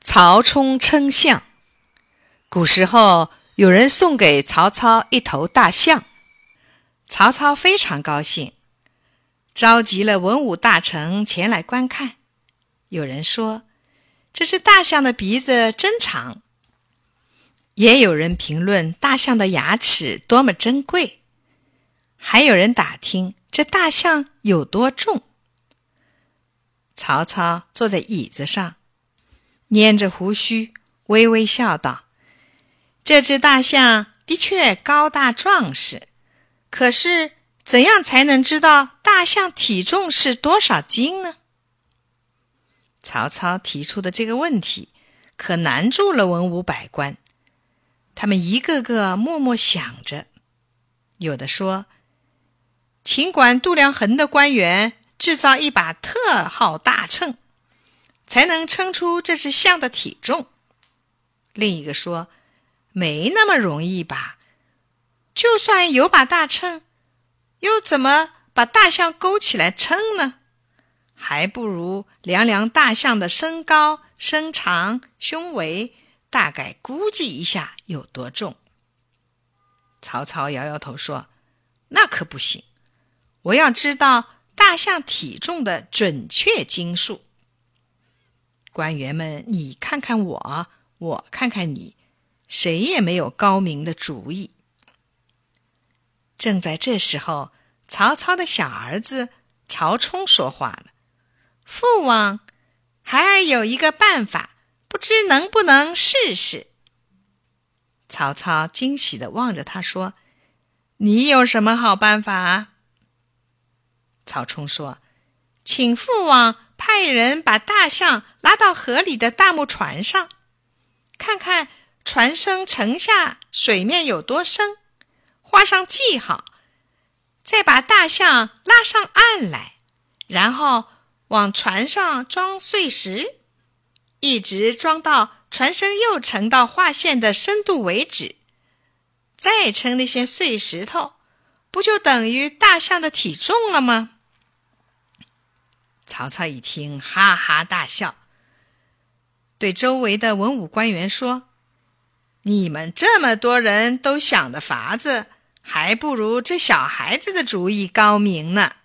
曹冲称象。古时候有人送给曹操一头大象，曹操非常高兴，召集了文武大臣前来观看。有人说，这只大象的鼻子真长，也有人评论大象的牙齿多么珍贵，还有人打听这大象有多重。曹操坐在椅子上，捻着胡须，微微笑道：这只大象的确高大壮实，可是怎样才能知道大象体重是多少斤呢？曹操提出的这个问题可难住了文武百官，他们一个个默默想着。有的说，请管度量衡的官员制造一把特号大秤，才能称出这只象的体重。另一个说，没那么容易吧，就算有把大秤，又怎么把大象勾起来称呢？还不如量量大象的身高、身长、胸围，大概估计一下有多重。曹操摇摇头说，那可不行，我要知道大象体重的准确斤数。官员们你看看我，我看看你，谁也没有高明的主意。正在这时候，曹操的小儿子曹冲说话了：父王，孩儿有一个办法，不知能不能试试。曹操惊喜地望着他说，你有什么好办法啊？曹冲说，请父王派人把大象拉到河里的大木船上，看看船身沉下水面有多深，画上记号，再把大象拉上岸来，然后往船上装碎石，一直装到船身又沉到画线的深度为止，再称那些碎石头，不就等于大象的体重了吗？曹操一听，哈哈大笑，对周围的文武官员说，你们这么多人都想的法子，还不如这小孩子的主意高明呢。